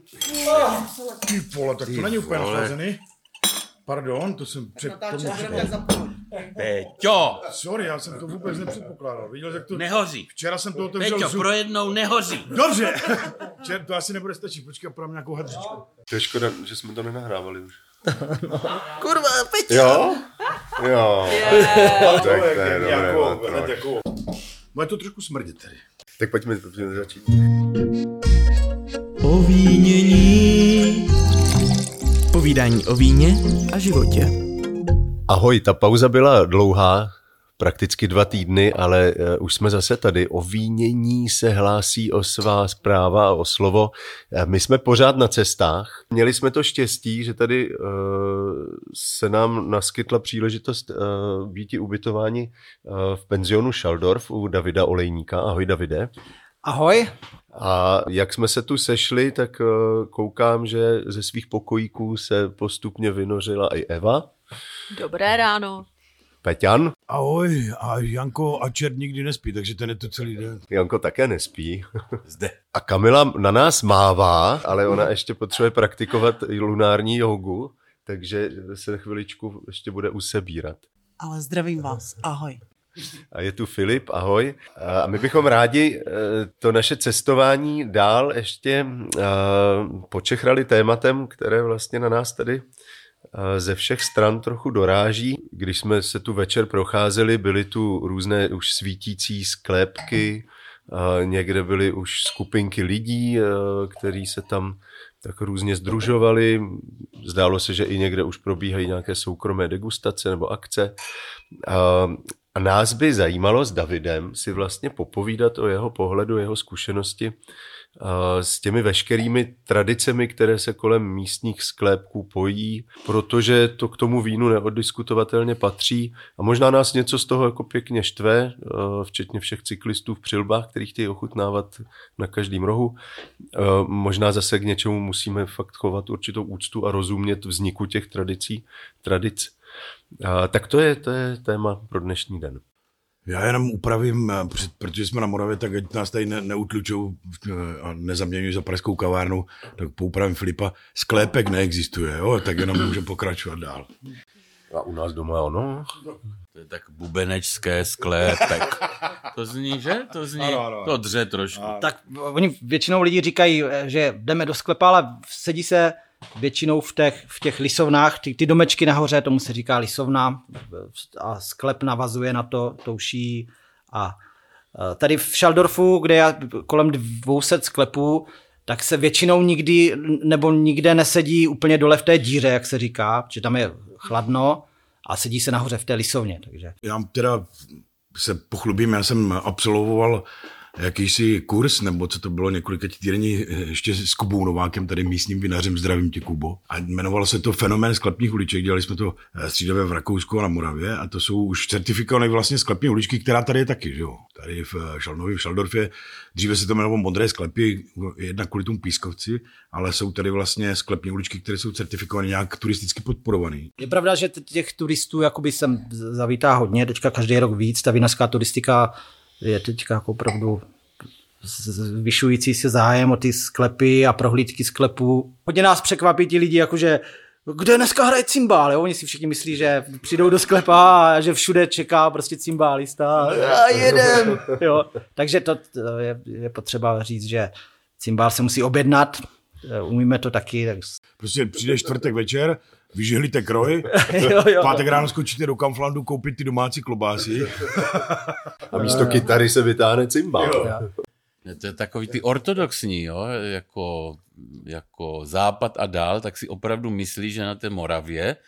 Ty vole, tak to není úplně nachlazený. Pardon, to jsem Péťo! Sorry, já jsem to vůbec nepředpokládal. Viděl, jak to... Nehoří. Včera jsem to otevřel... Péťo, pro jednou nehoří. Dobře! To asi nebude stačit, počkej, právě nějakou hadřičku. To je škoda, že jsme to nenahrávali už. Kurva, Péťo! Jo? Jo. Yeah. Tak to je dobré. Bude to trošku smrdit tedy. Tak pojďme začít. Ovínění. Povídání o víně a životě. Ahoj, ta pauza byla dlouhá, prakticky 2 týdny, ale už jsme zase tady. O vínění se hlásí o svá zpráva a o slovo. My jsme pořád na cestách. Měli jsme to štěstí, že tady se nám naskytla příležitost být ubytováni v penzionu Šaldorf u Davida Olejníka. Ahoj, Davide. Ahoj. A jak jsme se tu sešli, tak koukám, že ze svých pokojíků se postupně vynořila i Eva. Dobré ráno. Peťan. Ahoj, a Janko a Čert nikdy nespí, takže ten je to celý den. Janko také nespí. Zde. A Kamila na nás mává, ale ona ještě potřebuje praktikovat lunární jogu, takže se chviličku ještě bude usebírat. Ale zdravím vás, ahoj. A je tu Filip, ahoj. A my bychom rádi to naše cestování dál ještě počechrali tématem, které vlastně na nás tady ze všech stran trochu doráží. Když jsme se tu večer procházeli, byly tu různé už svítící sklepky, někde byly už skupinky lidí, kteří se tam tak různě sdružovali. Zdálo se, že i někde už probíhají nějaké soukromé degustace nebo akce. A nás by zajímalo s Davidem si vlastně popovídat o jeho pohledu, jeho zkušenosti s těmi veškerými tradicemi, které se kolem místních sklepků pojí, protože to k tomu vínu neoddiskutovatelně patří a možná nás něco z toho jako pěkně štve, včetně všech cyklistů v přilbách, kteří chtějí ochutnávat na každém rohu. Možná zase k něčemu musíme fakt chovat určitou úctu a rozumět vzniku těch tradic. Tak to je téma pro dnešní den. Já jenom upravím, protože jsme na Moravě, tak ať nás tady neutlučou a nezaměňují za pražskou kavárnu, tak poupravím Filipa. Sklepek neexistuje, jo? Tak jenom můžeme pokračovat dál. A u nás doma ono? To je tak bubenečské sklepek. To zní, že? To zní, ano. To dře trošku. Tak oni většinou lidi říkají, že jdeme do sklepa, ale sedí se většinou v těch lisovnách, ty domečky nahoře, tomu se říká lisovna a sklep navazuje na to touší a tady v Šaldorfu, kde je kolem 200 sklepů, tak se většinou nikdy nebo nikde nesedí úplně dole v té díře, jak se říká, protože tam je chladno a sedí se nahoře v té lisovně. Takže. Já teda se pochlubím, já jsem absolvoval jakýsi kurz, nebo co to bylo, několika týdení ještě s Kubou Novákem, tady místním vinařem, zdravím tě, Kubo. A jmenovalo se to Fenomén sklepních uliček, dělali jsme to střídavě v Rakousku a na Moravě a to jsou už certifikované vlastně sklepní uličky, která tady je taky, že jo. Tady v Šalnově, v Šaldorfě, dříve se to jmenovalo Modré sklepy, jednak kvůli tomu pískovci, ale jsou tady vlastně sklepní uličky, které jsou certifikované nějak turisticky podporované. Je pravda, že těch turistů jakoby sem zavítá hodně, teďka každý rok víc, ta vinařská turistika je teďka jako opravdu zvyšující se zájem o ty sklepy a prohlídky sklepů. Hodně nás překvapí ti lidi, jakože kde dneska hraje cimbál, jo? Oni si všichni myslí, že přijdou do sklepa a že všude čeká prostě cimbálista a jedem. Jo? Takže to je potřeba říct, že cimbál se musí objednat, umíme to taky. Tak. Prostě přijde čtvrtek večer, vyžehlíte kroj, pátek ráno skočíte do Kauflandu koupit ty domácí klobásy. A místo kytary se vytáhne cimbál. To je takový ty ortodoxní, jo? Jako západ a dál, tak si opravdu myslí, že na té Moravě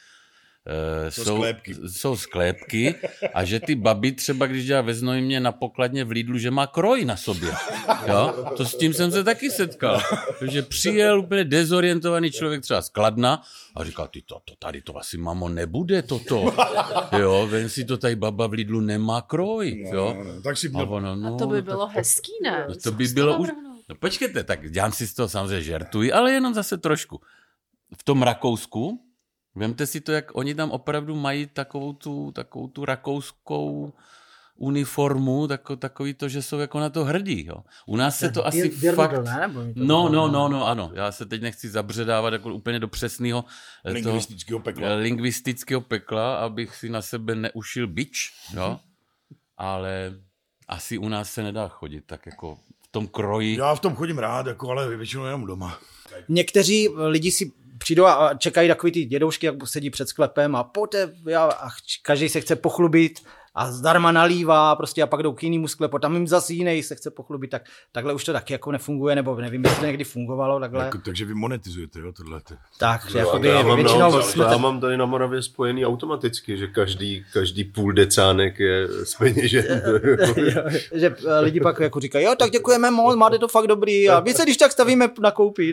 jsou sklepky a že ty babi třeba, když dělá ve Znojmě na pokladně v Lidlu, že má kroj na sobě. Jo? To s tím jsem se taky setkal. Takže přijel úplně dezorientovaný člověk třeba z Kladna a říkal, ty tady to asi, mamo, nebude toto. Jo, ven si to tady baba v Lidlu nemá kroj. Jo? Tak si a to by bylo hezký, ne? No, to by bylo už... No počkejte, tak já si z toho samozřejmě žertuji, ale jenom zase trošku. V tom Rakousku, vemte si to, jak oni tam opravdu mají takovou tu rakouskou uniformu, takový to, že jsou jako na to hrdí. Jo. U nás se to asi fakt... Ano. Já se teď nechci zabředávat jako úplně do přesného lingvistického pekla, abych si na sebe neušil bič, jo. Ale asi u nás se nedá chodit tak jako v tom kroji. Já v tom chodím rád, jako, ale většinou jenom doma. Někteří lidi si přijdou a čekají takový ty dědoušky, jak sedí před sklepem a každý se chce pochlubit a zdarma nalívá prostě a pak jdou k jinému sklepu, tam jim zase jiný se chce pochlubit, takhle už to taky jako nefunguje, nebo nevím, jestli to někdy fungovalo takhle. Takže vy monetizujete, jo, tohle. Tak, no, jakoby většinou... Já mám tady na Moravě spojený automaticky, že každý půl decánek je zpeněžen. Že lidi pak jako říkají, jo, tak děkujeme moc, máte to fakt dobrý a my se když tak stavíme nakoupit.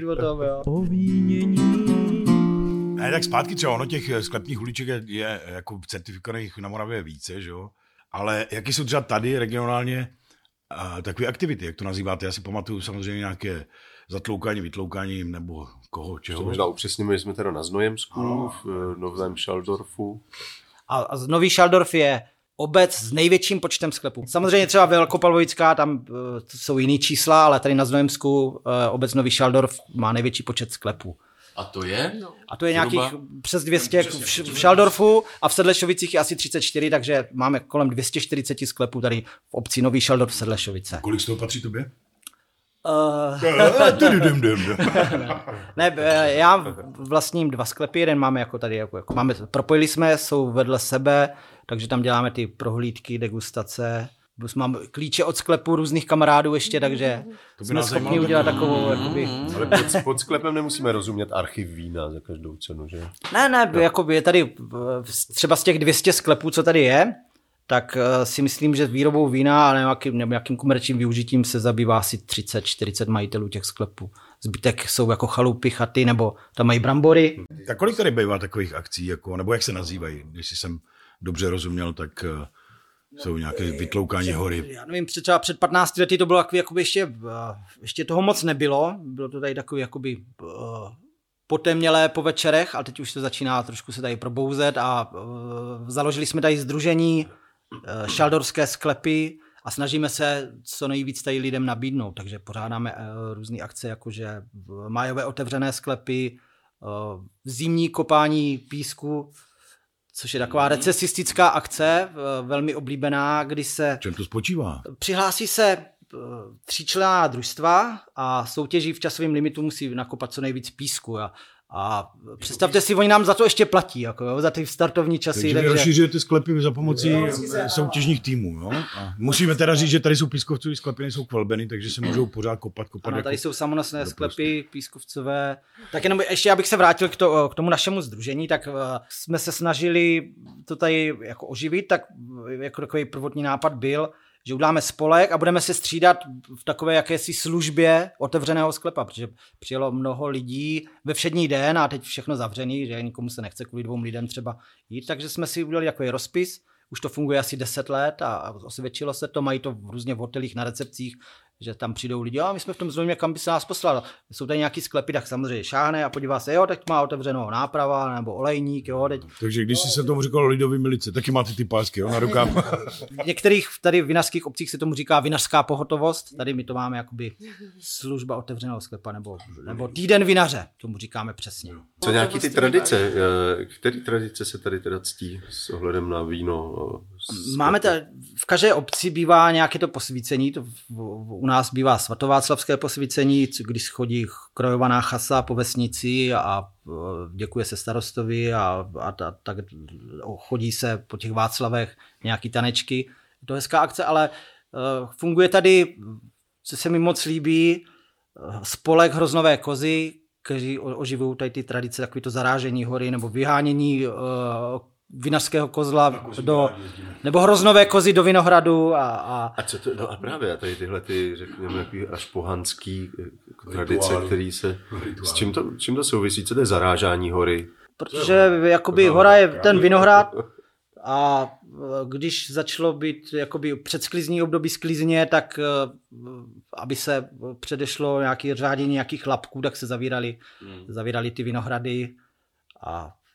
Ne, tak zpátky třeba ono těch sklepních uliček je jako certifikovaných na Moravě více, že jo? Ale jaký jsou třeba tady regionálně takové aktivity, jak to nazýváte? Já si pamatuju samozřejmě nějaké zatloukání, vytloukání nebo koho, čeho. To možná upřesníme, že jsme teda na Znojemsku, v Novém Šaldorfu. A Nový Šaldorf je obec s největším počtem sklepů. Samozřejmě třeba Velkopalvojická, tam jsou jiný čísla, ale tady na Znojemsku obec Nový Šaldorf má největší počet sklepů. A to je? No. A to je nějakých přes 200 v Šaldorfu a v Sedlešovicích je asi 34, takže máme kolem 240 sklepů tady v obci Nový Šaldorf Sedlešovice. Kolik z toho patří tobě? Ne, já vlastním 2 sklepy, jeden máme jako tady, jako propojili jsme, jsou vedle sebe, takže tam děláme ty prohlídky, degustace. Plus mám klíče od sklepu různých kamarádů ještě, takže jsme schopni udělat takovou... Jakoby... Ale pod sklepem nemusíme rozumět archiv vína za každou cenu, že? Ne, jakoby je tady třeba z těch 200 sklepů, co tady je, tak si myslím, že výrobou vína a nějakým komerčním využitím se zabývá asi 30-40 majitelů těch sklepů. Zbytek jsou jako chalupy, chaty, nebo tam mají brambory. Tak kolik tady bývá takových akcí, jako, nebo jak se nazývají? Jestli jsem dobře rozuměl, tak... Jsou nějaké vytloukání hory. Já nevím, třeba před 15 lety to bylo takový, jakoby ještě toho moc nebylo. Bylo to tady takový jakoby potemnělé po večerech, ale teď už se začíná trošku se tady probouzet a založili jsme tady sdružení Šaldorské sklepy a snažíme se co nejvíc tady lidem nabídnout. Takže pořádáme různé akce, jakože májové otevřené sklepy, zimní kopání písku, což je taková recesistická akce, velmi oblíbená, kdy se... Čem to spočívá? Přihlásí se 3členná družstva a soutěží v časovém limitu musí nakopat co nejvíc písku. A představte si, oni nám za to ještě platí, jako, jo, za ty startovní časy. Takže vy rozšířujete sklepy za pomocí soutěžních týmů. Jo? A musíme teda říct, že tady jsou pískovcové sklepy, nejsou kvelbeny, takže se můžou pořád kopat. Ano, tady jsou samonosné sklepy, pískovcové. Tak jenom ještě, abych se vrátil k tomu našemu sdružení, tak jsme se snažili to tady jako oživit, tak jako takový prvotní nápad byl, že uděláme spolek a budeme se střídat v takové jakési službě otevřeného sklepa, protože přijelo mnoho lidí ve všední den a teď všechno zavřený, že nikomu se nechce kvůli 2 lidem třeba jít, takže jsme si udělali takový rozpis, už to funguje asi 10 let a osvědčilo se to, mají to různě v hotelích na recepcích, že tam přijdou lidi, a my jsme v tom Znojmě, kam by se nás poslal. Jsou tady nějaký sklepy, tak samozřejmě šáhne a podívá se, jo, teď má otevřenou náprava nebo olejník, jo, teď. Takže když si se tomu říkalo lidový milice, taky máte ty pásky, jo, na rukách. V některých tady vinařských obcích se tomu říká vinařská pohotovost, tady my to máme jakoby služba otevřeného sklepa nebo týden vinaře, tomu říkáme přesně. Co nějaký ty tradice, které tradice se tady teda ctí s ohledem na víno? Máme tady, v každé obci bývá nějaké to posvícení, u nás bývá svatováclavské posvícení, když chodí krojovaná chasa po vesnici a děkuje se starostovi a tak chodí se po těch Václavech nějaký tanečky. Je to hezká akce, ale funguje tady, co se mi moc líbí, spolek Hroznové kozy, kteří oživují tady ty tradice, takový to zarážení hory nebo vyhánění vinařského kozla nebo hroznové kozy do vinohradu a co to, no a právě tady tyhle ty, řekněme, jaký až pohanský tradice, který se, s čím to souvisí, co to je zarážání hory? Protože jakoby hora je ten vinohrad a když začalo být jakoby předsklizní období sklizně, tak aby se předešlo nějaké řádění nějakých lapků, tak se zavírali ty vinohrady a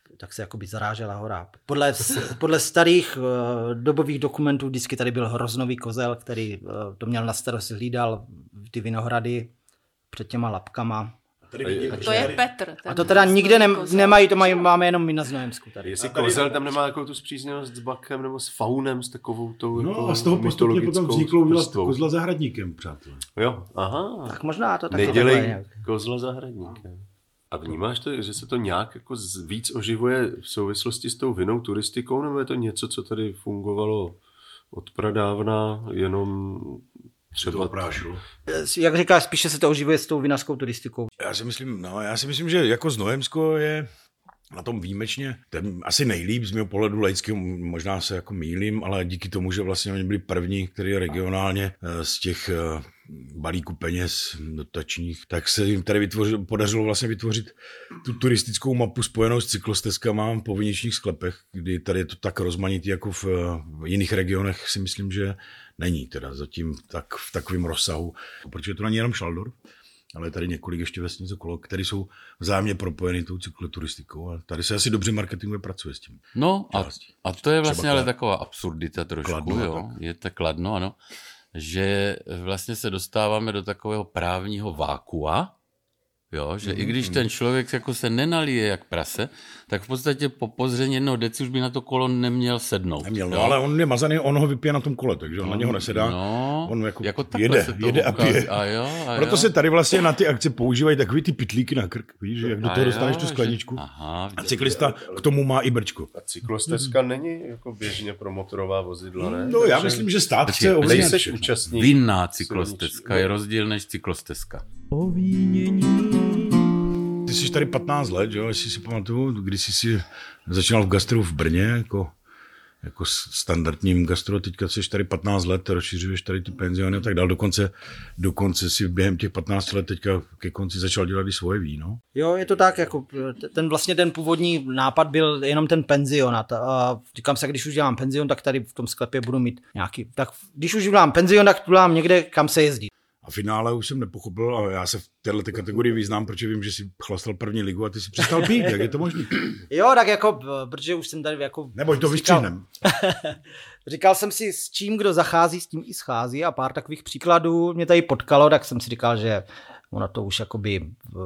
tak se jakoby zarážela hora. Podle starých dobových dokumentů vždycky tady byl hroznový kozel, který to měl na starosti, hlídal ty vinohrady před těma lapkama. To je Petr. A to teda nikde nemají, to máme jenom my na Znojemsku tady. Jestli kozel tam nemá jako tu spřízněnost s Bakem nebo s Faunem, s takovou tou No jako a z toho postupně potom vzniklo udělat vrstvou. kozla zahradníkem, přátelé. Jo, aha. Tak možná to taky Nedělej takhle. kozla zahradníkem. A vnímáš to, že se to nějak jako víc oživuje v souvislosti s tou vinnou turistikou, nebo je to něco, co tady fungovalo od pradávna, jenom třeba Prášilo. Jak říkáš, spíše se to oživuje s tou vinařskou turistikou. Já si myslím, že jako Znojemsko je na tom výjimečně, asi nejlíp z mého pohledu laického, možná se jako mýlím, ale díky tomu, že vlastně oni byli první, kteří regionálně z těch balíků peněz dotačních, tak se jim tady podařilo vlastně vytvořit tu turistickou mapu spojenou s cyklostezkama po viničních sklepech, kdy tady je to tak rozmanitý jako v jiných regionech, si myslím, že není teda zatím tak v takovém rozsahu, protože to není jenom Šaldor, ale je tady několik ještě vesnic okolo, které jsou vzájemně propojeny tou cykloturistikou a tady se asi dobře marketingově pracuje s tím. No a to je vlastně Třeba ale taková absurdita trošku, Kladno, jo. Je to Kladno, ano. Že vlastně se dostáváme do takového právního vákua, jo, že i když ten člověk jako se nenalije jak prase, tak v podstatě po pozření jednoho deci už by na to kolo neměl sednout. Neměl, no, ale on je mazaný, on ho vypije na tom kole, takže on na něho nesedá. No, On jako takhle jede a pije. Proto se tady vlastně na ty akce používají takový ty pytlíky na krk, víš, jak do toho dostaneš tu skleničku. Aha, A cyklista k tomu má i brčko. A cyklostezka není jako běžně pro motorová vozidla, ne? No, já myslím, že stát chce ovlivnit Nejseš všechno. účastník. vinná cyklostezka je rozdíl než cyklostezka. Ty jsi tady 15 let, jo, jestli si pamatuju, když jsi začínal v gastru v Brně, jako standardním gastro, teďka jsi tady 15 let, rozšiřuješ tady ty penziony a tak dál, dokonce si během těch 15 let teďka ke konci začal dělat i svoje víno. Jo, je to tak, jako ten původní nápad byl jenom ten penzionat. A říkám se, když už dělám penzion, tak tady v tom sklepě budu mít nějaký, tak když už dělám penzion, tak tu dělám někde, kam se jezdí. A v finále už jsem nepochopil, a já se v této kategorii vyznám, protože vím, že jsi chlastal první ligu a ty si přestal pít, jak je to možné? Jo, tak jako, protože už jsem tady jako... Nebo to vystříhnem. Říkal jsem si, s čím kdo zachází, s tím i schází a pár takových příkladů mě tady potkalo, tak jsem si říkal, že ono to už jakoby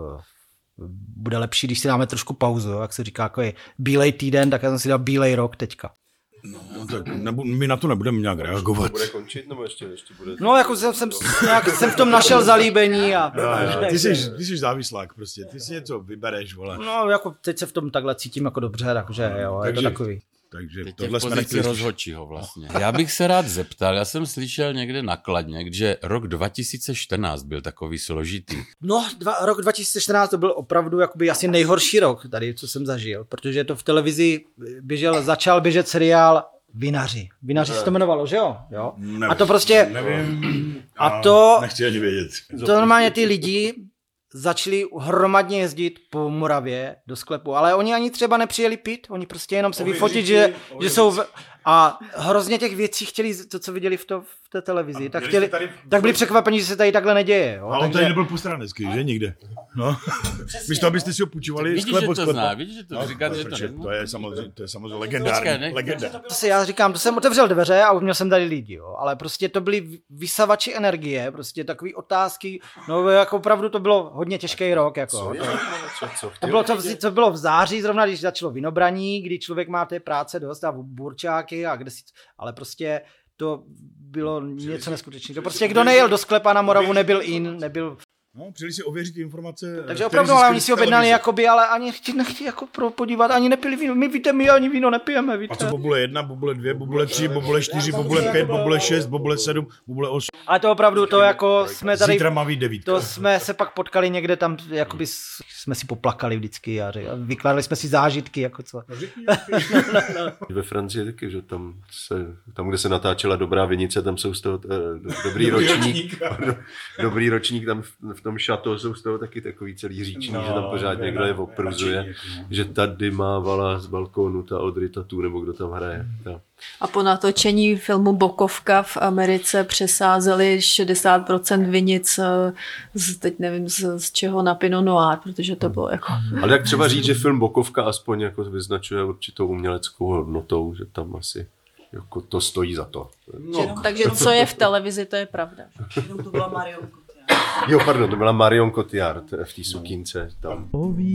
bude lepší, když si dáme trošku pauzu, jak se říká, jako je bílej týden, tak já jsem si dal bílej rok teďka. No, tak my na to nebudeme nějak reagovat. Bude končit, nebo ještě bude? No, jako jsem v tom našel zalíbení a... Ty jsi závislák prostě, ty si něco vybereš, vole. No, jako teď se v tom takhle cítím jako dobře, takže jo, je to takový. Takže Teď tohle je v jsme pozici nechtěli slyšet. rozhodčího vlastně. Já bych se rád zeptal, já jsem slyšel někde na Kladně, že rok 2014 byl takový složitý. No, rok 2014 to byl opravdu jakoby asi nejhorší rok tady, co jsem zažil, protože to v televizi začal běžet seriál Vinaři. Vinaři se to jmenovalo, že jo? Nevím, A to prostě... Nevím. A to... Nechci ani vědět. To normálně ty lidi začali hromadně jezdit po Moravě do sklepu, ale oni ani třeba nepřijeli pít, oni prostě jenom se vyfotit, že jsou... A hrozně těch věcí chtěli, to, co viděli v té televizi, tak byli překvapení, že se tady takhle neděje. Jo? A on tady nebyl postránecky, že nikde. No. Místo, abyste si ho půjčovali Vidíš, sklep že od to sklepa. zná, vidíš, že to říkáte, že to Protože nezná. to je samozřejmě legendární. Legenda. To se já říkám, to jsem otevřel dveře a měl jsem tady lidi, jo. Ale prostě to byly vysavači energie, prostě takový otázky, no jako opravdu to bylo hodně těžký rok, jako. To bylo v září zrovna, když začalo vinobraní, kdy člověk má té práce dost a burčáky a ale prostě to bylo něco neskutečného. Prostě kdo nejel do sklepa na Moravu, nebyl. No, přijeli si ověřit informace. Takže opravdu, ale oni si objednali jakoby, ale ani nechtěli jako podívat, ani nepili víno. My ani víno nepijeme, víte. A co bobule 1, bobule 2, bobule 3, bobule 4, bobule 5, bobule 6, bobule 7, bobule 8. Ale to opravdu, to jako jsme tady... Zítra má být 9. To jsme se pak potkali někde tam, jakoby jsme si poplakali vždycky a vykládali jsme si zážitky, jako co. Ve Francii taky, že tam, kde se natáčela Dobrá vinice, tam jsou z toho dobrý ročník. Dobrý ročník, tam v tom šato jsou z toho taky takový celý říční, že tam pořád někdo je opruzuje, že tady mávala z balkónu ta Audrey Tautou, nebo kdo tam hraje. Ta. A po natočení filmu Bokovka v Americe přesázeli 60% vinic teď nevím z čeho na Pinot Noir, protože to bylo jako... Ale jak třeba říct, že film Bokovka aspoň jako vyznačuje určitou uměleckou hodnotou, že tam asi jako to stojí za to. No. Takže co je v televizi, to je pravda. To byla Marion Cotillard. Jo, pardon, to byla Marion Cotillard v té sukínce tam.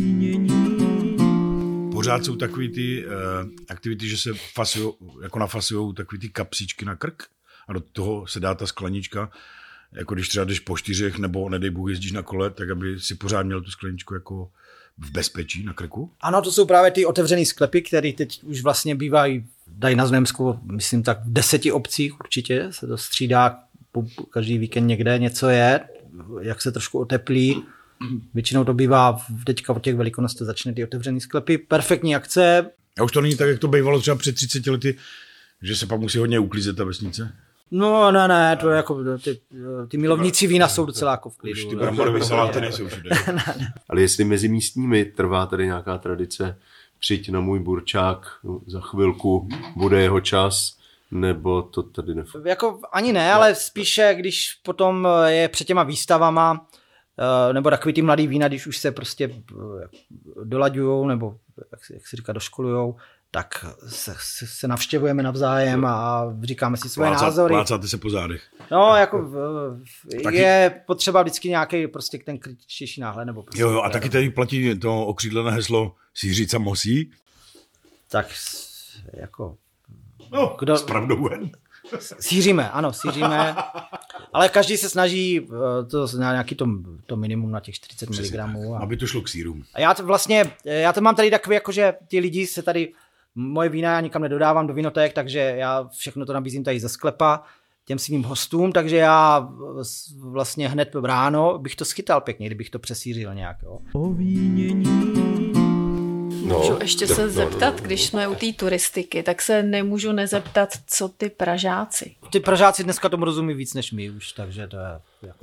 Pořád jsou takový ty aktivity, že se nafasujou takový ty kapsičky na krk a do toho se dá ta sklenička, jako když třeba jdeš po 4 nebo nedej Bůh jezdíš na kole, tak aby si pořád měl tu skleničku jako v bezpečí na krku. Ano, to jsou právě ty otevřený sklepy, které teď už vlastně bývají, dají na Znojemsku, myslím tak v 10 obcích určitě, se to střídá, každý víkend někde něco je, jak se trošku oteplí. Většinou to bývá teďka od těch Velikonostech začne ty otevřený sklepy, perfektní akce. A už to není tak, jak to bývalo třeba před 30 lety, že se pak musí hodně uklízet ta vesnice? No ne, to je jako ty milovníci vína jsou docela jako v klidu. Už ty bramborové saláty nejsou všude. Ale jestli mezi místními trvá tady nějaká tradice, přijď na můj burčák, za chvilku bude jeho čas, nebo to tady nefunguje? Jako ani ne, ale spíše, když potom je před těma výstavama, nebo takový ty mladý vína, když už se prostě dolaďujou, nebo jak se říká, doškolujou, tak se navštěvujeme navzájem a říkáme si svoje názory. Plácáte se po zádech. No, jako je potřeba vždycky nějaký prostě ten kritičtější náhled. Nebo prostě jo, a taky tady platí to okřídlené heslo sířica mosí. Tak jako... No, s pravdou ven. Síříme, ano, ale každý se snaží to nějaký to minimum na těch 40 mg. Aby to šlo k sýrům. A já to mám tady takový, jako že ty lidi se tady, moje vína já nikam nedodávám do vinoték, takže já všechno to nabízím tady ze sklepa těm svým hostům, takže já vlastně hned ráno bych to schytal pěkně, kdybych to přesířil nějak. Jo. Můžu ještě se zeptat, když jsme u té turistiky, tak se nemůžu nezeptat, co ty Pražáci. Ty Pražáci dneska tomu rozumí víc než my už, takže to je...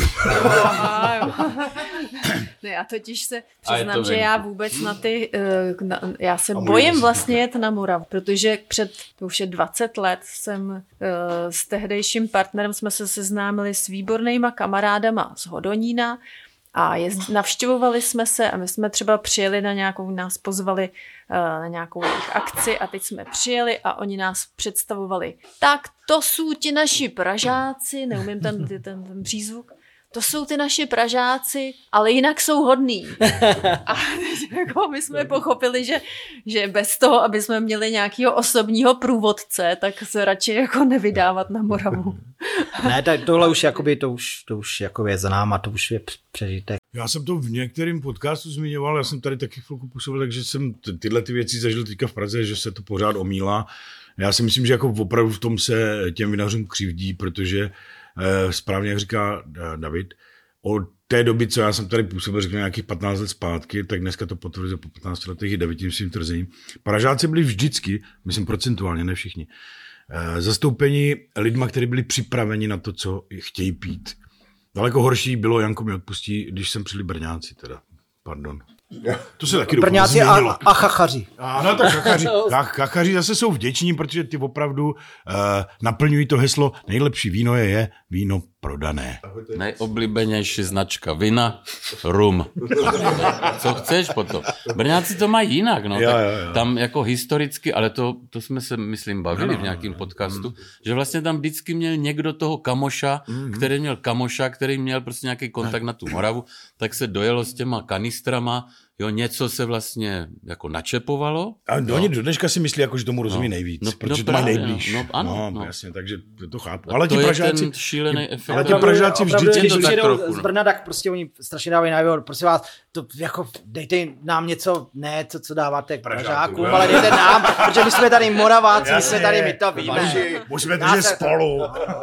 Ne, já totiž se přiznám, že já vůbec na ty... já se bojím vlastně jet na Moravu, protože to už je 20 let jsem s tehdejším partnerem jsme se seznámili s výbornýma kamarádama z Hodonína, a navštěvovali jsme se a my jsme třeba přijeli na nějakou, nás pozvali na nějakou jejich akci a teď jsme přijeli a oni nás představovali. Tak to jsou ti naši Pražáci, neumím ten přízvuk, to jsou ty naši Pražáci, ale jinak jsou hodný. A jako my jsme pochopili, že bez toho, aby jsme měli nějakého osobního průvodce, tak se radši jako nevydávat na Moravu. Ne, tak tohle už jakoby, to už jako je za náma, to už je přežitek. Já jsem to v některém podcastu zmiňoval, já jsem tady taky chvilku působil, takže jsem tyhle ty věci zažil teďka v Praze, že se to pořád omílá. Já si myslím, že jako opravdu v tom se těm vinařům křivdí, protože správně, jak říká David, od té doby, co já jsem tady působil, řekněme nějakých 15 let zpátky, tak dneska to potvrzuje po 15 letech i 9 svým tvrzením. Pražáci byli vždycky, myslím procentuálně, ne všichni, zastoupeni lidma, kteří byli připraveni na to, co chtějí pít. Daleko horší bylo, Janko mi odpustí, když jsem přijeli Brňáci teda, pardon. To se taky Brňáci a chachaři. Ano, tak chachaři zase jsou vděční, protože ty opravdu naplňují to heslo, nejlepší víno je víno prodané. Nejoblíbenější značka vína, rum. Co chceš potom? Brňáci to mají jinak, no. Jo. Tam jako historicky, ale to jsme se, myslím, bavili v nějakém podcastu, že vlastně tam vždycky měl někdo toho kamoša, který měl prostě nějaký kontakt na tu Moravu, tak se dojelo s těma kanistrama, jo, něco se vlastně jako načepovalo. A oni do dneška si myslí, jako, že tomu rozumí nejvíc, protože to mají nejblíž. No, jasně, takže to chápu. A ale to ti je Pražáci, ten šílený efekt. ale ti Pražáci vždycky... Když přijedou z Brna, tak prostě oni strašně dávají najevo, prosím vás, to jako dejte nám něco, ne co dáváte Pražákům, ale dejte nám, protože my jsme tady Moraváci, my jsme tady, my to víme. Musíme držet spolu.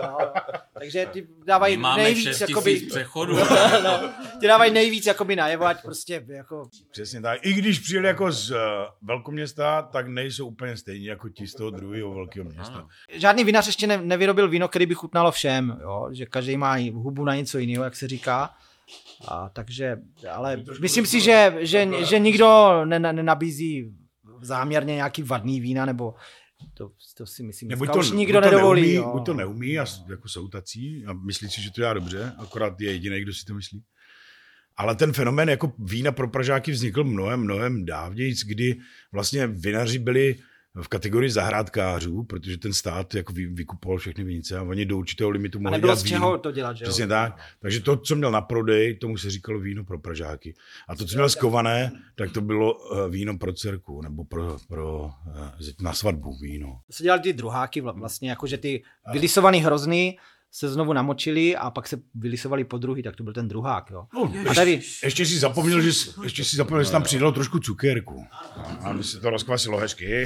Takže ty dávají nejvíc, jakoby... přechodů. Ty dávají nejvíc, jakoby najevo, ať prostě jako... Přesně tak. I když přijeli jako z velkoměsta, tak nejsou úplně stejní jako ti z toho druhého velkého města. Žádný vinař ještě nevyrobil víno, který by chutnalo všem, jo? Že každý má hubu na něco jiného, jak se říká. A takže, ale myslím si, že nikdo nenabízí záměrně nějaký vadný vína, nebo to si myslím, že už nikdo nedovolí. Buď to neumí, a jako jsou tací a myslí si, že to dělá dobře, akorát je jediný, kdo si to myslí. Ale ten fenomén jako vína pro Pražáky vznikl mnohem dávněji, kdy vlastně vinaři byli v kategorii zahrádkářů, protože ten stát jako vykupoval všechny vinice a oni do určitého limitu mohli dělat víno. A nebylo z čeho to dělat, že jo? Přesně tak. Takže to, co měl na prodej, tomu se říkalo víno pro Pražáky. A to, co měl skované, tak to bylo víno pro dcerku, nebo na svatbu víno. To se dělali ty druháky vlastně, jakože ty vylisovaný hrozný se znovu namočili a pak se vylisovali po druhý, tak to byl ten druhák, jo. A tady... Ještě si zapomněl, že tam přidalo trošku cukérku. A by se to rozkvasilo hezky.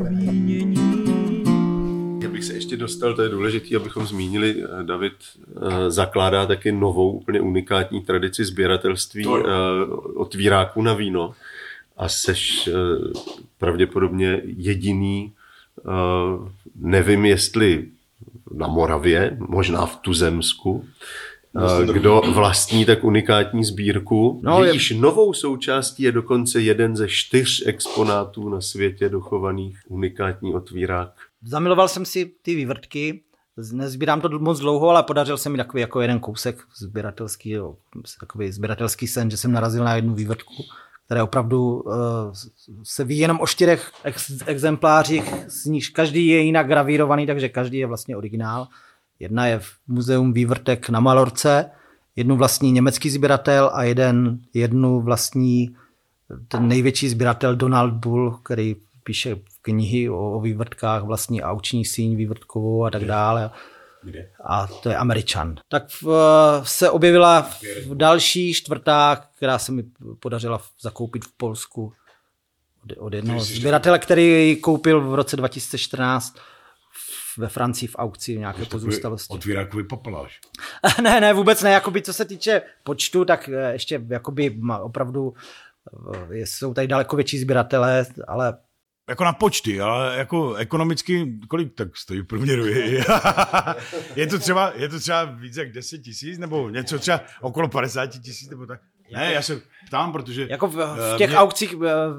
Já bych se ještě dostal, to je důležité, abychom zmínili, David zakládá taky novou, úplně unikátní tradici sběratelství otvíráků na víno a seš pravděpodobně jediný, nevím jestli na Moravě, možná v Tuzemsku, kdo vlastní tak unikátní sbírku. Jejíž novou součástí je dokonce jeden ze 4 exponátů na světě dochovaných unikátní otvírák. Zamiloval jsem si ty vývrtky, nezbírám to moc dlouho, ale podařil se mi takový jako jeden kousek sběratelský sen, že jsem narazil na jednu vývrtku, které opravdu se ví jenom o 4 exemplářích, z nich každý je jinak gravírovaný, takže každý je vlastně originál. Jedna je v muzeu vývrtek na Malorce, jednu vlastní německý sběratel a jednu vlastní ten největší sběratel Donald Bull, který píše knihy o vývrtkách, vlastní auční síň vývrtkovou a tak dále. Kde? A to je Američan. Tak se objevila další 4., která se mi podařila zakoupit v Polsku od jednoho sběratele, který ji koupil v roce 2014 ve Francii v aukci nějaké pozůstalosti. Otvírákový papaláš. Ne, vůbec ne. Jakoby, co se týče počtu, tak ještě jakoby opravdu jsou tady daleko větší sběratelé, ale jako na počty, ale jako ekonomicky, kolik tak stojí v průměru? Je to třeba víc jak 10 000, nebo něco třeba okolo 50 000, nebo tak? Ne, já se ptám, protože... Jako v těch aukcích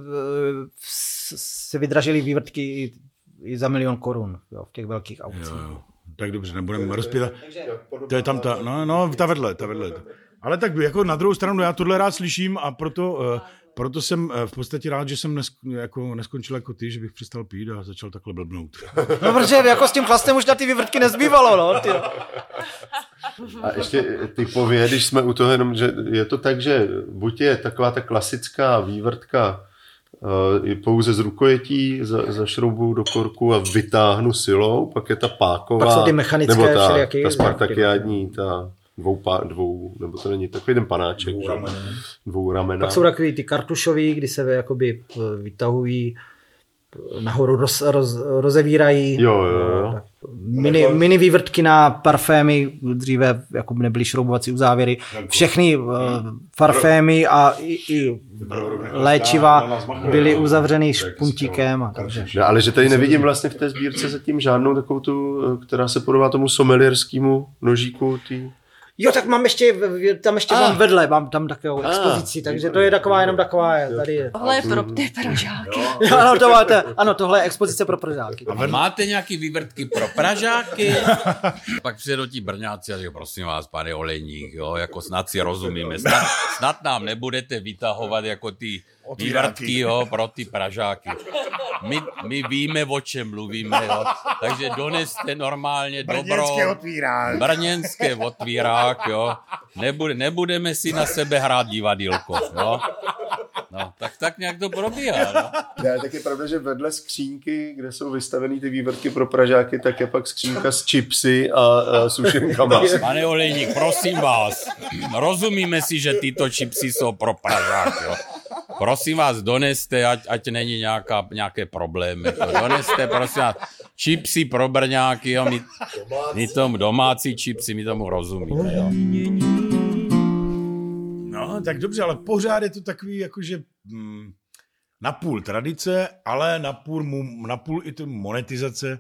se vydražily vývrtky i za 1 000 000 korun, jo, v těch velkých aukcích. Jo. Tak dobře, nebudeme rozpětat. To je tam ta vedle. Ale tak jako na druhou stranu já tohle rád slyším a proto jsem v podstatě rád, že jsem neskončil jako ty, že bych přestal pít a začal takhle blbnout. No protože jako s tím chlastem už na ty vývrtky nezbývalo, no. Ty. A ještě typově, když jsme u toho jenom, že je to tak, že buď je taková ta klasická vývrtka pouze z rukojetí, zašroubuju do korku a vytáhnu silou, pak je ta páková, pak jsou ty mechanické nebo všelijaký, ta spartakiádní, ta dvou, nebo to není takový ten panáček, dvouramena. Pak jsou takový ty kartušový, kdy se jakoby vytahují, nahoru rozevírají. Jo. Mini vývrtky na parfémy, dříve jako nebyly šroubovací uzávěry. Všechny parfémy a i léčiva byly uzavřeny špuntíkem. Takže. No, ale že tady nevidím vlastně v té sbírce zatím žádnou takovou tu, která se podobá tomu somelierskému nožíku. Jo, tak mám mám vedle, mám tam takovou expozici, takže to je taková, jenom taková, tady je. Tohle je pro ty Pražáky. Ano, tohle je expozice pro Pražáky. A máte nějaký vývrtky pro Pražáky? Pak přijedou ti Brňáci a říkají, prosím vás, pane Olejník, jo, jako snad si rozumíme, snad nám nebudete vytahovat jako ty vývrtky, jo, pro ty Pražáky. My víme, o čem mluvíme, jo. Takže doneste normálně brněnské otvírák, jo. Nebudeme si na sebe hrát divadýlko, jo. No, tak nějak to probíhá, no. Ne, tak je pravda, že vedle skřínky, kde jsou vystavený ty vývrtky pro Pražáky, tak je pak skřínka s chipsy a sušenkama. Pane Olejník, prosím vás, rozumíme si, že tyto chipsy jsou pro Pražáky, jo. Prosím vás, doneste, ať není nějaké problémy. Doneste, prosím vás, chipsy pro Brňáky, jo, my tomu domácí chipsy, my tomu rozumíme, jo. No, tak dobře, ale pořád je to takový, jakože napůl tradice, ale napůl i to monetizace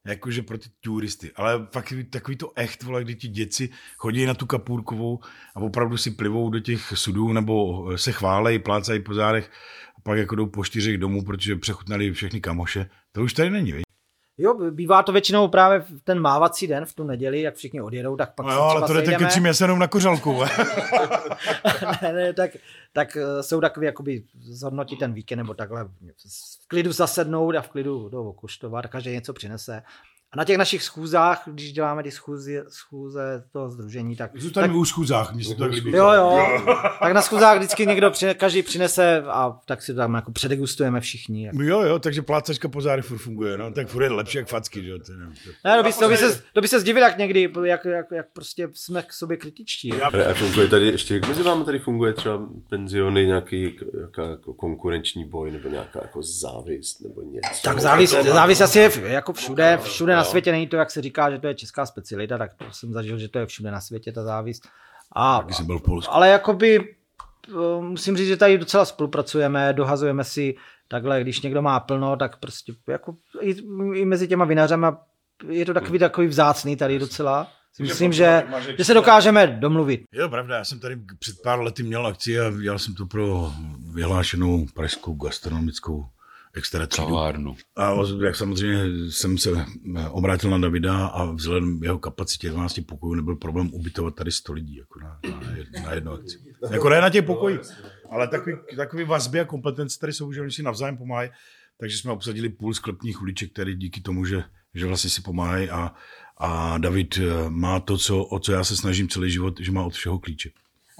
jakože pro ty turisty, ale fakt takový to echt, vole, kdy ti děci chodí na tu Kapůrkovou a opravdu si plivou do těch sudů nebo se chválejí, plácají po zádech a pak jako jdou po 4 domů, protože přechutnali všechny kamoše. To už tady není, viď? Jo, bývá to většinou právě v ten mávací den, v tu neděli, jak všichni odjedou, tak pak no jo, ale to jdete ke 3 měsícům na Kořalku. ne, tak jsou takový, jakoby zhodnotit ten víkend nebo takhle v klidu zasednout a v klidu okuštovat, každý něco přinese. A na těch našich schůzách, když děláme ty schůze toho sdružení, tak... Zůstaneme u schůzách, mě se to tak líbí. Jo. Tak na schůzách vždycky každý přinese a tak si tam jako předegustujeme všichni. Jo, takže plácačka po zádech furt funguje, no, tak furt je lepší jak facky, že jo. To by se zdivil, jak někdy, jak prostě jsme k sobě kritičtí. A funguje tady ještě, jak mezi vámi tady funguje třeba penziony, nějaký jako konkurenční boj nebo nějaká jako závist nebo něco? Tak závist asi je jako všude na světě, není to, jak se říká, že to je česká specialita, tak to jsem zažil, že to je všude na světě, ta závist. Taky jsem byl v Polsku. Ale jakoby musím říct, že tady docela spolupracujeme, dohazujeme si takhle, když někdo má plno, tak prostě jako i mezi těma vinařema je to takový vzácný tady docela. Myslím, že se dokážeme domluvit. Je to pravda, já jsem tady před pár lety měl akci a dělal jsem to pro vyhlášenou pražskou gastronomickou extra třídu. A jak samozřejmě jsem se obrátil na Davida a vzhledem jeho kapacitě 12 pokojů nebyl problém ubytovat tady 100 lidí jako na jednu akci. Jako ne na těch pokojích, ale takový vazby a kompetence tady jsou, že oni si navzájem pomáhají, takže jsme obsadili půl sklepních uliček tady díky tomu, že vlastně si pomáhají a David má to, o co já se snažím celý život, že má od všeho klíče.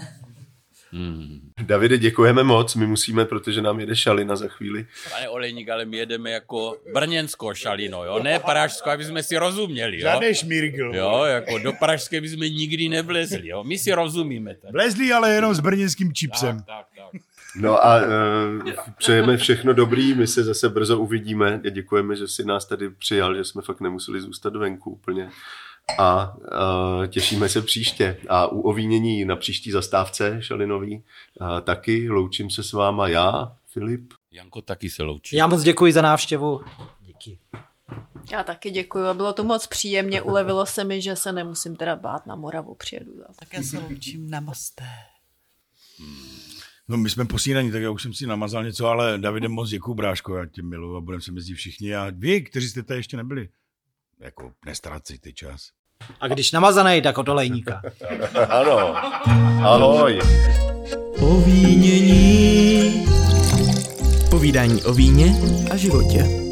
Davide, děkujeme moc, my musíme, protože nám jede šalina za chvíli. Pane Olejník, ale my jedeme jako brněnskou šalino, jo, ne pražskou, aby jsme si rozuměli, jo. Žádný šmírgl. Jo, jako do pražské bychom nikdy nevlezli, jo, my si rozumíme. Tady. Vlezli, ale jenom s brněnským čipsem. Tak. No a přejeme všechno dobrý, my se zase brzo uvidíme. Děkujeme, že jsi nás tady přijal, že jsme fakt nemuseli zůstat venku úplně. A těšíme se příště. A u ovínění na příští zastávce šalinový taky loučím se s váma já, Filip. Janko taky se loučí. Já moc děkuji za návštěvu. Díky. Já taky děkuji a bylo to moc příjemně, ulevilo se mi, že se nemusím teda bát, na Moravu přijedu zase. Tak já se loučím, namaste. No my jsme po snídani, tak já už jsem si namazal něco, ale Davide, moc děkuju, bráško, já tě miluji a budeme se mezi všichni a vy, kteří jste tady ještě nebyli, jako nestrácejte čas. A když namazanej, tak od olejníka. Ano, ahoj. Povínění. Povídání o víně a životě.